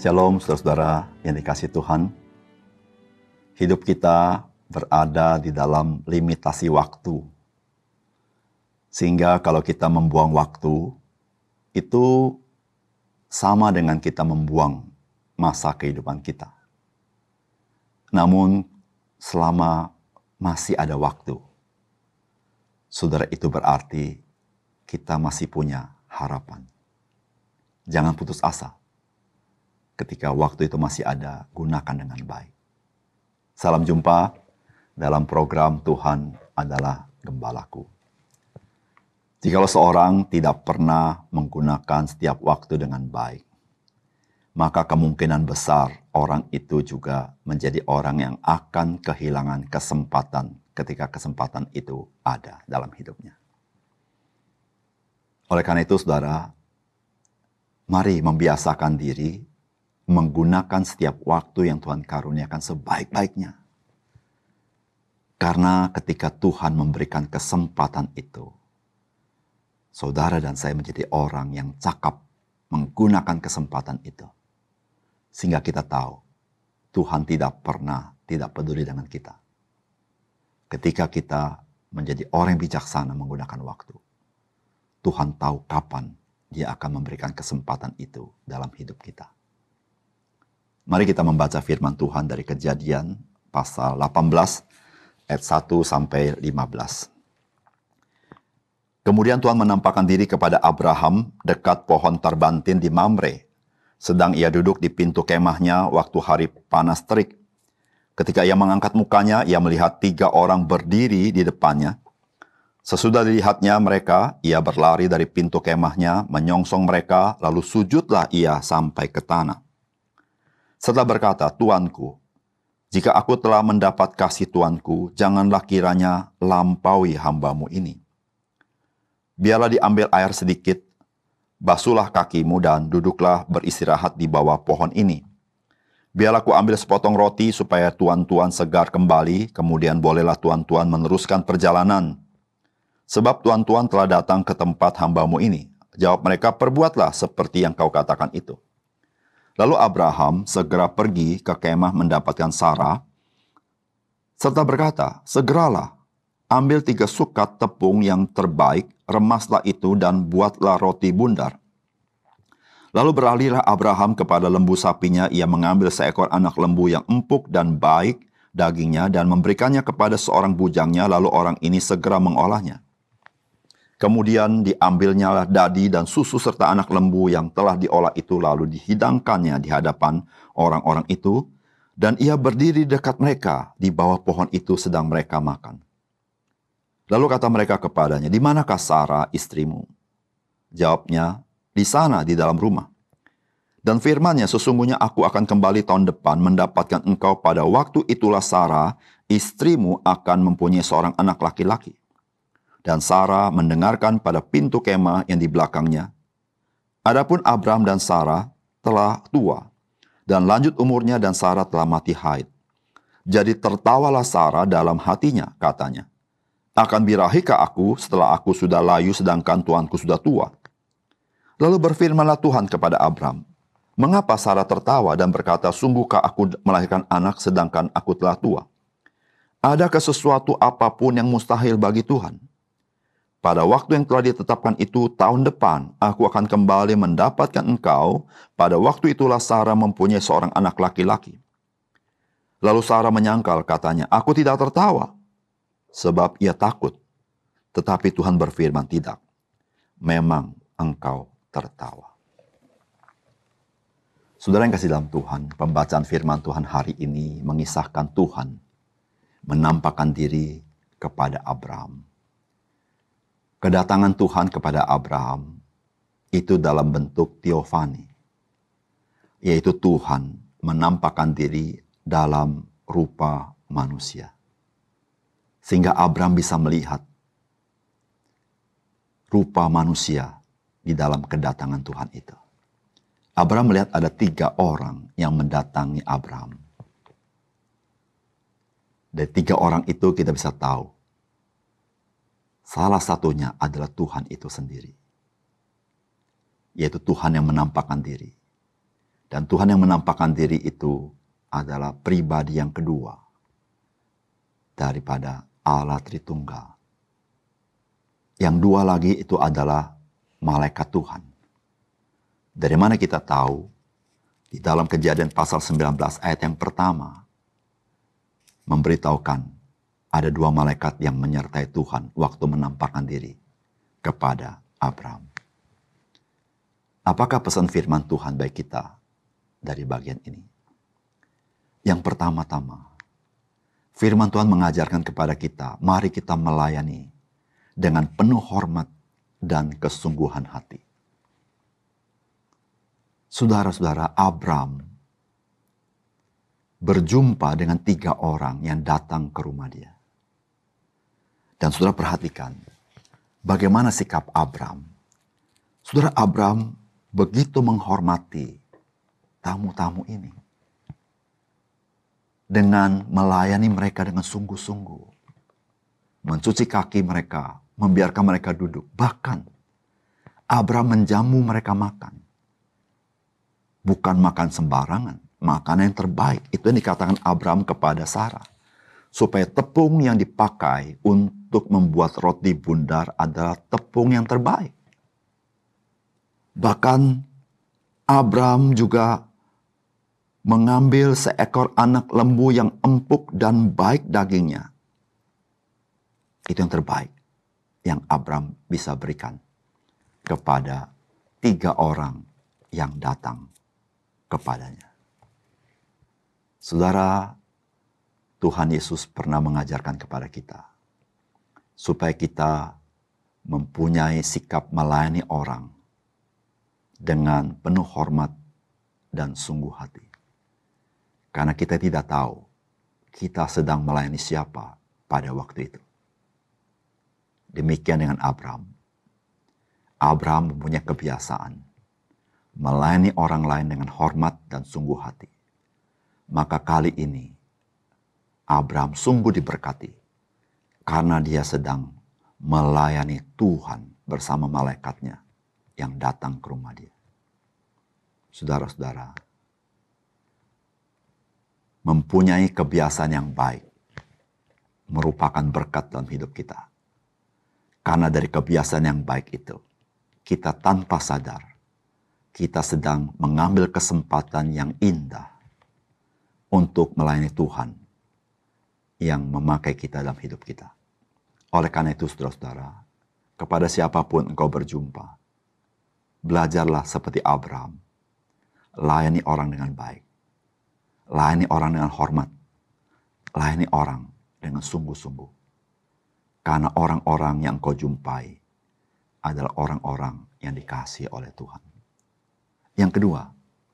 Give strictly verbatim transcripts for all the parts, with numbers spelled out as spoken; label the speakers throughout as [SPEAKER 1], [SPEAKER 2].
[SPEAKER 1] Shalom saudara-saudara yang dikasihi Tuhan. Hidup kita berada di dalam limitasi waktu. Sehingga kalau kita membuang waktu, itu sama dengan kita membuang masa kehidupan kita. Namun selama masih ada waktu, saudara, itu berarti kita masih punya harapan. Jangan putus asa. Ketika waktu itu masih ada, gunakan dengan baik. Salam jumpa dalam program Tuhan adalah Gembalaku. Jikalau seorang tidak pernah menggunakan setiap waktu dengan baik, maka kemungkinan besar orang itu juga menjadi orang yang akan kehilangan kesempatan ketika kesempatan itu ada dalam hidupnya. Oleh karena itu, saudara, mari membiasakan diri menggunakan setiap waktu yang Tuhan karuniakan sebaik-baiknya. Karena ketika Tuhan memberikan kesempatan itu, saudara dan saya menjadi orang yang cakap menggunakan kesempatan itu. Sehingga kita tahu, Tuhan tidak pernah tidak peduli dengan kita. Ketika kita menjadi orang yang bijaksana menggunakan waktu, Tuhan tahu kapan Dia akan memberikan kesempatan itu dalam hidup kita. Mari kita membaca firman Tuhan dari Kejadian pasal delapan belas ayat satu sampai lima belas. Kemudian Tuhan menampakkan diri kepada Abraham dekat pohon tarbantin di Mamre, sedang ia duduk di pintu kemahnya waktu hari panas terik. Ketika ia mengangkat mukanya, ia melihat tiga orang berdiri di depannya. Sesudah dilihatnya mereka, ia berlari dari pintu kemahnya, menyongsong mereka, lalu sujudlah ia sampai ke tanah. Setelah berkata, "Tuanku, jika aku telah mendapat kasih Tuanku, janganlah kiranya lampaui hambamu ini. Biarlah diambil air sedikit, basuhlah kakimu dan duduklah beristirahat di bawah pohon ini. Biarlah ku ambil sepotong roti supaya tuan-tuan segar kembali, kemudian bolehlah tuan-tuan meneruskan perjalanan. Sebab tuan-tuan telah datang ke tempat hambamu ini." Jawab mereka, "Perbuatlah seperti yang kau katakan itu." Lalu Abraham segera pergi ke kemah mendapatkan Sarah, serta berkata, "Segeralah, ambil tiga sukat tepung yang terbaik, remaslah itu dan buatlah roti bundar." Lalu beralihlah Abraham kepada lembu sapinya, ia mengambil seekor anak lembu yang empuk dan baik dagingnya dan memberikannya kepada seorang bujangnya, lalu orang ini segera mengolahnya. Kemudian diambilnyalah dadi dan susu serta anak lembu yang telah diolah itu, lalu dihidangkannya di hadapan orang-orang itu, dan ia berdiri dekat mereka di bawah pohon itu sedang mereka makan. Lalu kata mereka kepadanya, "Di manakah Sarah istrimu?" Jawabnya, "Di sana, di dalam rumah." Dan firman-Nya, "Sesungguhnya aku akan kembali tahun depan mendapatkan engkau, pada waktu itulah Sarah istrimu akan mempunyai seorang anak laki-laki." Dan Sarah mendengarkan pada pintu kemah yang di belakangnya. Adapun Abram dan Sarah telah tua, dan lanjut umurnya, dan Sarah telah mati haid. Jadi tertawalah Sarah dalam hatinya, katanya, "Akan birahikah aku setelah aku sudah layu sedangkan tuanku sudah tua?" Lalu berfirmanlah Tuhan kepada Abram, "Mengapa Sarah tertawa dan berkata, sungguhkah aku melahirkan anak sedangkan aku telah tua? Adakah sesuatu apapun yang mustahil bagi Tuhan? Pada waktu yang telah ditetapkan itu, tahun depan, aku akan kembali mendapatkan engkau. Pada waktu itulah Sarah mempunyai seorang anak laki-laki." Lalu Sarah menyangkal, katanya, "Aku tidak tertawa." Sebab ia takut. Tetapi Tuhan berfirman, "Tidak, memang engkau tertawa." Saudara yang kasih dalam Tuhan, pembacaan firman Tuhan hari ini mengisahkan Tuhan menampakkan diri kepada Abraham. Kedatangan Tuhan kepada Abraham itu dalam bentuk teofani, yaitu Tuhan menampakkan diri dalam rupa manusia. Sehingga Abraham bisa melihat rupa manusia di dalam kedatangan Tuhan itu. Abraham melihat ada tiga orang yang mendatangi Abraham. Dari tiga orang itu kita bisa tahu, salah satunya adalah Tuhan itu sendiri. Yaitu Tuhan yang menampakkan diri. Dan Tuhan yang menampakkan diri itu adalah pribadi yang kedua daripada Allah Tritunggal. Yang dua lagi itu adalah malaikat Tuhan. Dari mana kita tahu? Di dalam Kejadian pasal sembilan belas ayat yang pertama memberitahukan ada dua malaikat yang menyertai Tuhan waktu menampakkan diri kepada Abraham. Apakah pesan firman Tuhan bagi kita dari bagian ini? Yang pertama-tama, firman Tuhan mengajarkan kepada kita, mari kita melayani dengan penuh hormat dan kesungguhan hati. Saudara-saudara, Abraham berjumpa dengan tiga orang yang datang ke rumah dia. Dan saudara perhatikan, bagaimana sikap Abraham. Saudara, Abraham begitu menghormati tamu-tamu ini. Dengan melayani mereka dengan sungguh-sungguh. Mencuci kaki mereka, membiarkan mereka duduk. Bahkan, Abraham menjamu mereka makan. Bukan makan sembarangan, makanan yang terbaik. Itu yang dikatakan Abraham kepada Sarah. Supaya tepung yang dipakai untuk membuat roti bundar adalah tepung yang terbaik. Bahkan Abraham juga mengambil seekor anak lembu yang empuk dan baik dagingnya. Itu yang terbaik yang Abraham bisa berikan kepada tiga orang yang datang kepadanya. Saudara, Tuhan Yesus pernah mengajarkan kepada kita supaya kita mempunyai sikap melayani orang dengan penuh hormat dan sungguh hati. Karena kita tidak tahu kita sedang melayani siapa pada waktu itu. Demikian dengan Abraham. Abraham mempunyai kebiasaan melayani orang lain dengan hormat dan sungguh hati. Maka kali ini Abraham sungguh diberkati karena dia sedang melayani Tuhan bersama malaikatnya yang datang ke rumah dia. Saudara-saudara, mempunyai kebiasaan yang baik merupakan berkat dalam hidup kita. Karena dari kebiasaan yang baik itu, kita tanpa sadar kita sedang mengambil kesempatan yang indah untuk melayani Tuhan yang memakai kita dalam hidup kita. Oleh karena itu, saudara-saudara, kepada siapapun engkau berjumpa, belajarlah seperti Abraham. Layani orang dengan baik. Layani orang dengan hormat. Layani orang dengan sungguh-sungguh. Karena orang-orang yang engkau jumpai adalah orang-orang yang dikasihi oleh Tuhan. Yang kedua,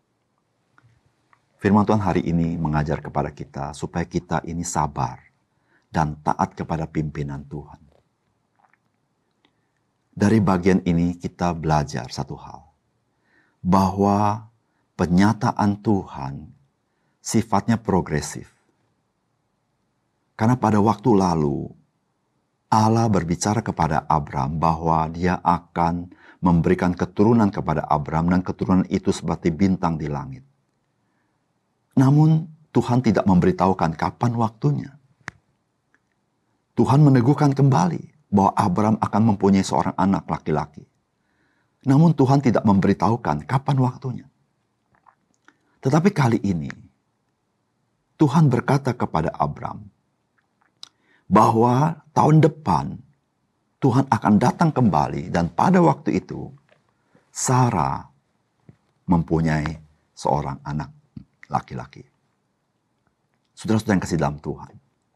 [SPEAKER 1] firman Tuhan hari ini mengajar kepada kita supaya kita ini sabar dan taat kepada pimpinan Tuhan. Dari bagian ini kita belajar satu hal, bahwa penyataan Tuhan sifatnya progresif. Karena pada waktu lalu Allah berbicara kepada Abraham bahwa dia akan memberikan keturunan kepada Abraham dan keturunan itu seperti bintang di langit. Namun Tuhan tidak memberitahukan kapan waktunya. Tuhan meneguhkan kembali bahwa Abraham akan mempunyai seorang anak laki-laki. Namun Tuhan tidak memberitahukan kapan waktunya. Tetapi kali ini Tuhan berkata kepada Abraham bahwa tahun depan Tuhan akan datang kembali dan pada waktu itu Sarah mempunyai seorang anak laki-laki. Saudara-saudara yang kasih dalam Tuhan.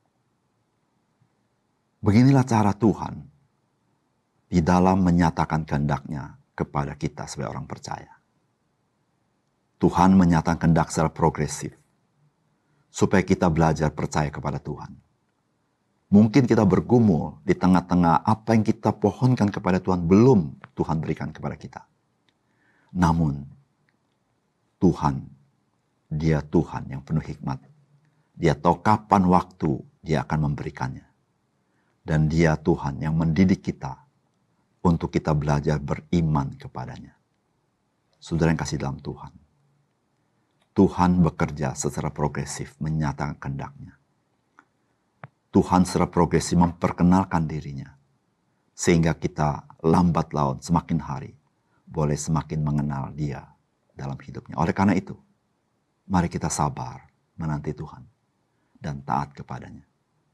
[SPEAKER 1] Beginilah cara Tuhan di dalam menyatakan kehendaknya kepada kita sebagai orang percaya. Tuhan menyatakan kehendak secara progresif supaya kita belajar percaya kepada Tuhan. Mungkin kita bergumul di tengah-tengah apa yang kita pohonkan kepada Tuhan belum Tuhan berikan kepada kita. Namun Tuhan, Dia Tuhan yang penuh hikmat. Dia tahu kapan waktu Dia akan memberikannya. Dan Dia Tuhan yang mendidik kita untuk kita belajar beriman kepadanya. Saudara yang kasih dalam Tuhan. Tuhan bekerja secara progresif menyatakan kehendak-Nya. Tuhan secara progresif memperkenalkan dirinya. Sehingga kita lambat laun semakin hari boleh semakin mengenal Dia dalam hidupnya. Oleh karena itu, mari kita sabar menanti Tuhan dan taat kepadanya.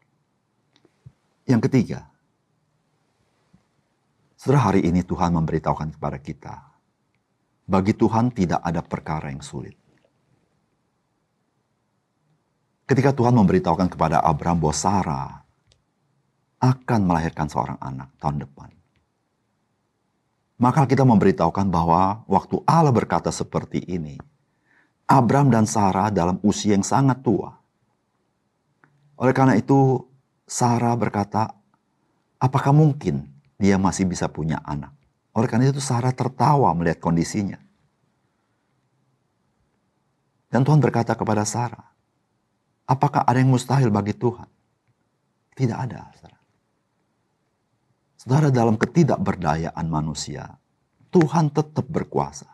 [SPEAKER 1] Yang ketiga, setelah hari ini Tuhan memberitahukan kepada kita, bagi Tuhan tidak ada perkara yang sulit. Ketika Tuhan memberitahukan kepada Abraham bahwa Sarah akan melahirkan seorang anak tahun depan, maka kita memberitahukan bahwa waktu Allah berkata seperti ini, Abraham dan Sarah dalam usia yang sangat tua. Oleh karena itu, Sarah berkata, apakah mungkin dia masih bisa punya anak? Oleh karena itu, Sarah tertawa melihat kondisinya. Dan Tuhan berkata kepada Sarah, apakah ada yang mustahil bagi Tuhan? Tidak ada, saudara. Saudara, dalam ketidakberdayaan manusia, Tuhan tetap berkuasa.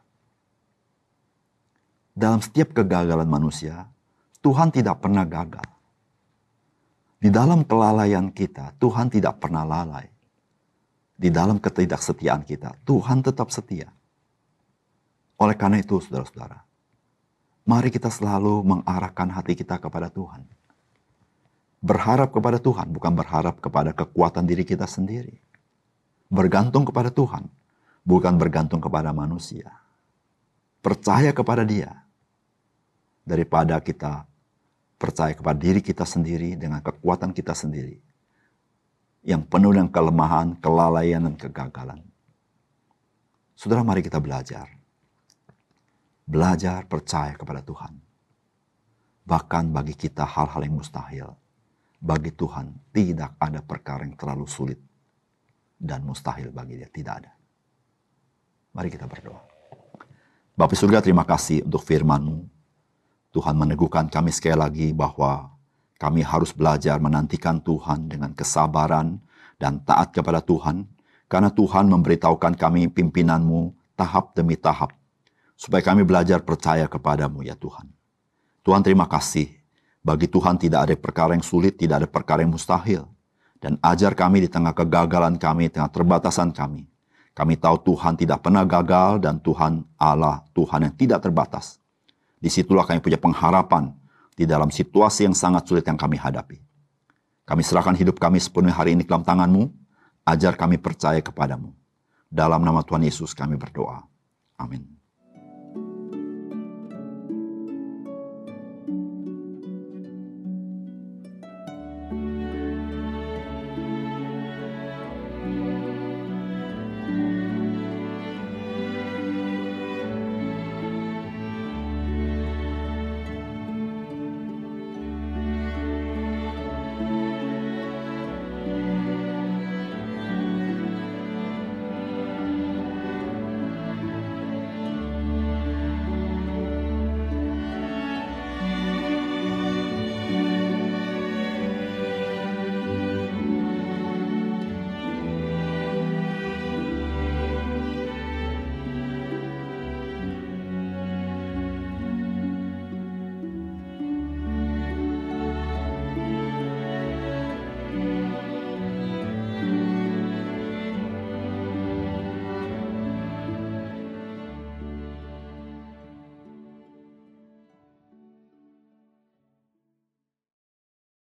[SPEAKER 1] Dalam setiap kegagalan manusia, Tuhan tidak pernah gagal. Di dalam kelalaian kita, Tuhan tidak pernah lalai. Di dalam ketidaksetiaan kita, Tuhan tetap setia. Oleh karena itu, saudara-saudara, mari kita selalu mengarahkan hati kita kepada Tuhan. Berharap kepada Tuhan, bukan berharap kepada kekuatan diri kita sendiri. Bergantung kepada Tuhan, bukan bergantung kepada manusia. Percaya kepada Dia, daripada kita percaya kepada diri kita sendiri dengan kekuatan kita sendiri, yang penuh dengan kelemahan, kelalaian, dan kegagalan. Saudara, mari kita belajar. Belajar percaya kepada Tuhan. Bahkan bagi kita hal-hal yang mustahil, bagi Tuhan tidak ada perkara yang terlalu sulit dan mustahil bagi Dia, tidak ada. Mari kita berdoa. Bapa surga, terima kasih untuk firman-Mu. Tuhan meneguhkan kami sekali lagi bahwa kami harus belajar menantikan Tuhan dengan kesabaran dan taat kepada Tuhan, karena Tuhan memberitahukan kami pimpinan-Mu tahap demi tahap, supaya kami belajar percaya kepada-Mu ya Tuhan. Tuhan, terima kasih. Bagi Tuhan tidak ada perkara yang sulit, tidak ada perkara yang mustahil. Dan ajar kami di tengah kegagalan kami, di tengah terbatasan kami. Kami tahu Tuhan tidak pernah gagal dan Tuhan Allah, Tuhan yang tidak terbatas. Disitulah kami punya pengharapan di dalam situasi yang sangat sulit yang kami hadapi. Kami serahkan hidup kami sepenuhnya hari ini ke dalam tangan-Mu. Ajar kami percaya kepada-Mu. Dalam nama Tuhan Yesus kami berdoa. Amin.